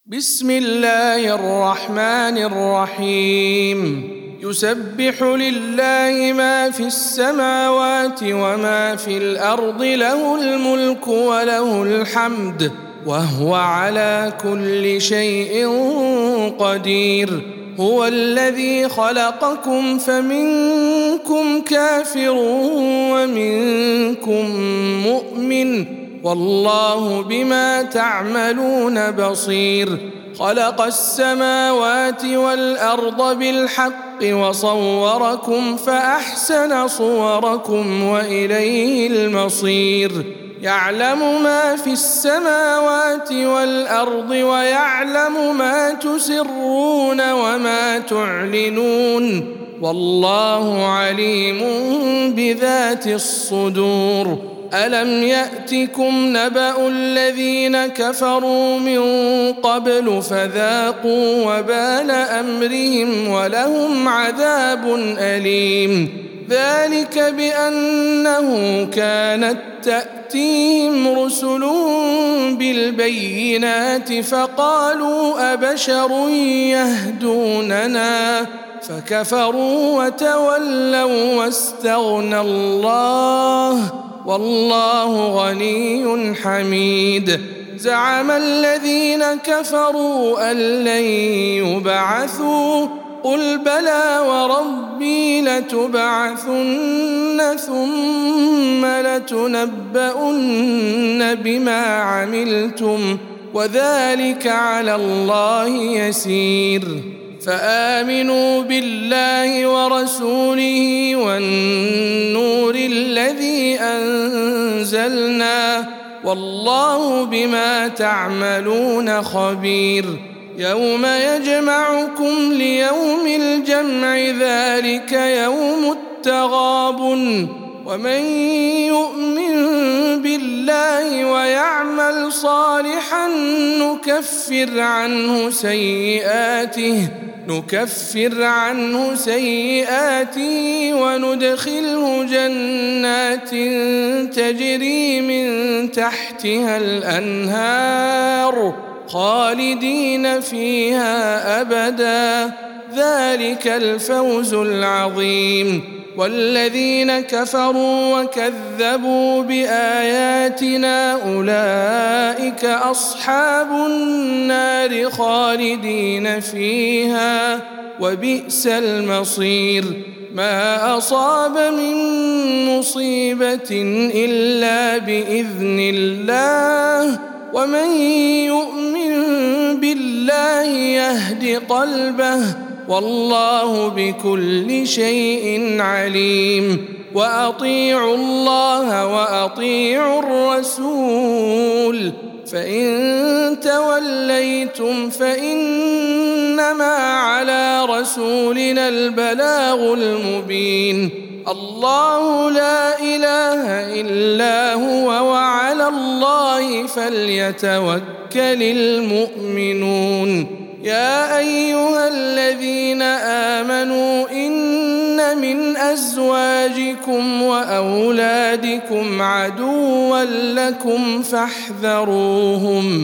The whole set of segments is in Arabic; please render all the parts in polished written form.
بسم الله الرحمن الرحيم يسبح لله ما في السماوات وما في الأرض له الملك وله الحمد وهو على كل شيء قدير هو الذي خلقكم فمنكم كافر ومنكم مؤمن والله بما تعملون بصير خلق السماوات والأرض بالحق وصوركم فأحسن صوركم وإليه المصير يعلم ما في السماوات والأرض ويعلم ما تسرون وما تعلنون والله عليم بذات الصدور ألم يأتكم نبأ الذين كفروا من قبل فذاقوا وبال أمرهم ولهم عذاب أليم ذلك بأنه كانت تأتيهم رسل بالبينات فقالوا أبشر يهدوننا فكفروا وتولوا واستغنى الله والله غني حميد زعم الذين كفروا أن لن يبعثوا قل بلى وربي لتبعثن ثم لتنبؤن بما عملتم وذلك على الله يسير فآمنوا بالله ورسوله والنور الذي أنزلنا والله بما تعملون خبير يوم يجمعكم ليوم الجمع ذلك يوم التغابن ومن يؤمن بالله ويعمل صالحا نكفر عنه سيئاته وندخله جنات تجري من تحتها الأنهار خالدين فيها أبدا ذلك الفوز العظيم والذين كفروا وكذبوا بآياتنا أولئك أصحاب النار خالدين فيها وبئس المصير ما أصاب من مصيبة إلا بإذن الله ومن يؤمن بالله يهد قلبه والله بكل شيء عليم وأطيعوا الله وأطيعوا الرسول فإن توليتم فإنما على رسولنا البلاغ المبين الله لا إله إلا هو وعلى الله فليتوكل المؤمنون يا أيها الذين آمنوا إن من أزواجكم وأولادكم عدوا لكم فاحذروهم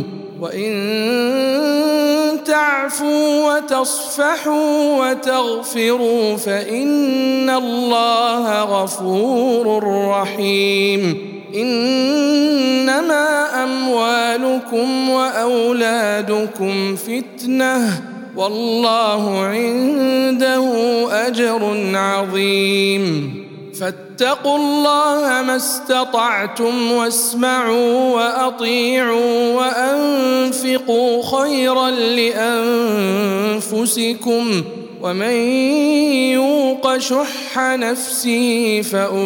وإن تعفوا وتصفحوا وتغفروا فإن الله غفور رحيم إنما أموالكم وأولادكم فتنة والله عنده أجر عظيم فاتقوا الله ما استطعتم واسمعوا وأطيعوا وأنفقوا خيرا لأنفسكم ومن يوق شح نفسه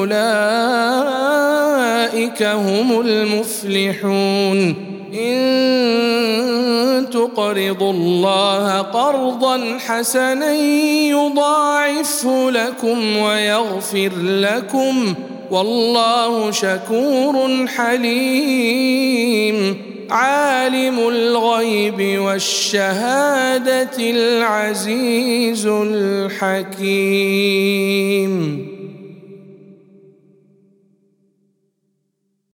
فأولئك هم المفلحون إن تقرضوا الله قرضا حسنا يضاعفه لكم ويغفر لكم والله شكور حليم عالم الغيب والشهادة العزيز الحكيم